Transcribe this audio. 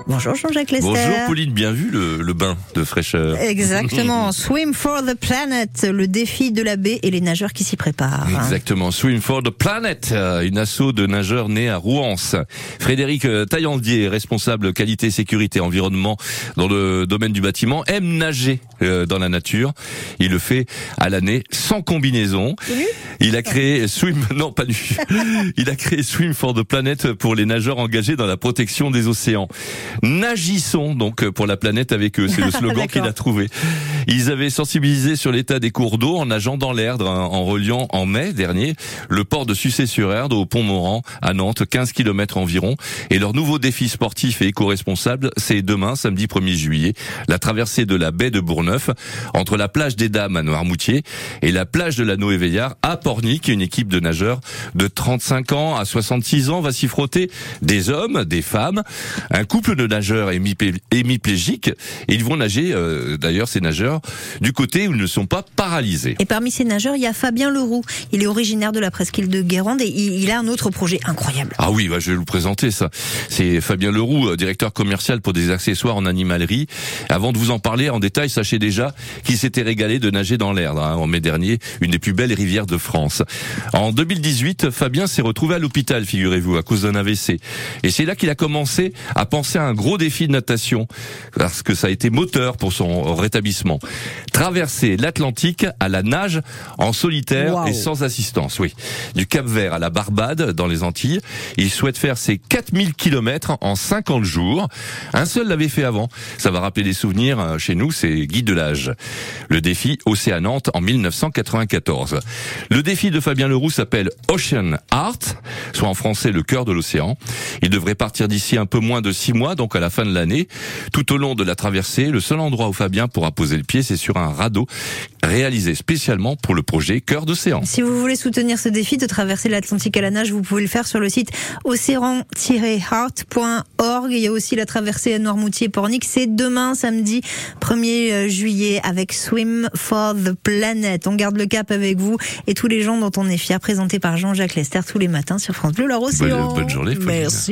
Bonjour Jean-Jacques Lester. Bonjour Pauline, bien vu le bain de fraîcheur. Exactement, Swim for the Planet, le défi de la baie et les nageurs qui s'y préparent. Exactement, Swim for the Planet, une asso de nageurs née à Rouens. Frédéric Taillandier, responsable qualité, sécurité, environnement dans le domaine du bâtiment, aime nager dans la nature. Il le fait à l'année sans combinaison. Il a créé Il a créé Swim for the Planet pour les nageurs engagés dans la protection des océans. Nagissons donc pour la planète avec eux, c'est le slogan qu'il a trouvé. Ils avaient sensibilisé sur l'état des cours d'eau en nageant dans l'Erdre, en reliant en mai dernier le port de Sucé-sur-Erdre au pont Morand à Nantes, 15 km environ. Et leur nouveau défi sportif et éco-responsable, c'est demain, samedi 1er juillet, la traversée de la baie de Bourgneuf, entre la plage des Dames à Noirmoutier et la plage de la Noé-Veillard à Pornic. Une équipe de nageurs de 35 ans à 66 ans va s'y frotter des hommes, des femmes, un couple de nageurs hémiplégiques, et ils vont nager, d'ailleurs ces nageurs, du côté où ils ne sont pas paralysés. Et parmi ces nageurs, il y a Fabien Leroux. Il est originaire de la presqu'île de Guérande et il a un autre projet incroyable. Ah oui, je vais vous présenter ça. C'est Fabien Leroux, directeur commercial pour des accessoires en animalerie. Avant de vous en parler en détail, sachez déjà qu'il s'était régalé de nager dans l'Erdre, en mai dernier, une des plus belles rivières de France. En 2018, Fabien s'est retrouvé à l'hôpital, figurez-vous, à cause d'un AVC. Et c'est là qu'il a commencé à penser à un gros défi de natation, parce que ça a été moteur pour son rétablissement. Traverser l'Atlantique à la nage en solitaire et sans assistance, oui. Du Cap-Vert à la Barbade, dans les Antilles. Il souhaite faire ses 4000 km en 50 jours. Un seul l'avait fait avant. Ça va rappeler des souvenirs chez nous, c'est Guy Delage. Le défi Océanante en 1994. Le défi de Fabien Leroux s'appelle Ocean Heart, soit en français le cœur de l'océan. Il devrait partir d'ici un peu moins de 6 mois, donc à la fin de l'année. Tout au long de la traversée, le seul endroit où Fabien pourra poser le pied, c'est sur un radeau réalisé spécialement pour le projet Cœur d'Océan. Si vous voulez soutenir ce défi de traverser l'Atlantique à la nage, vous pouvez le faire sur le site océan-heart.org. Il y a aussi la traversée à Noirmoutier-Pornic. C'est demain, samedi 1er juillet, avec Swim for the Planet. On garde le cap avec vous et tous les gens dont on est fier, présenté par Jean-Jacques Lester tous les matins sur France Bleu, leur océan. Bonne journée. Merci.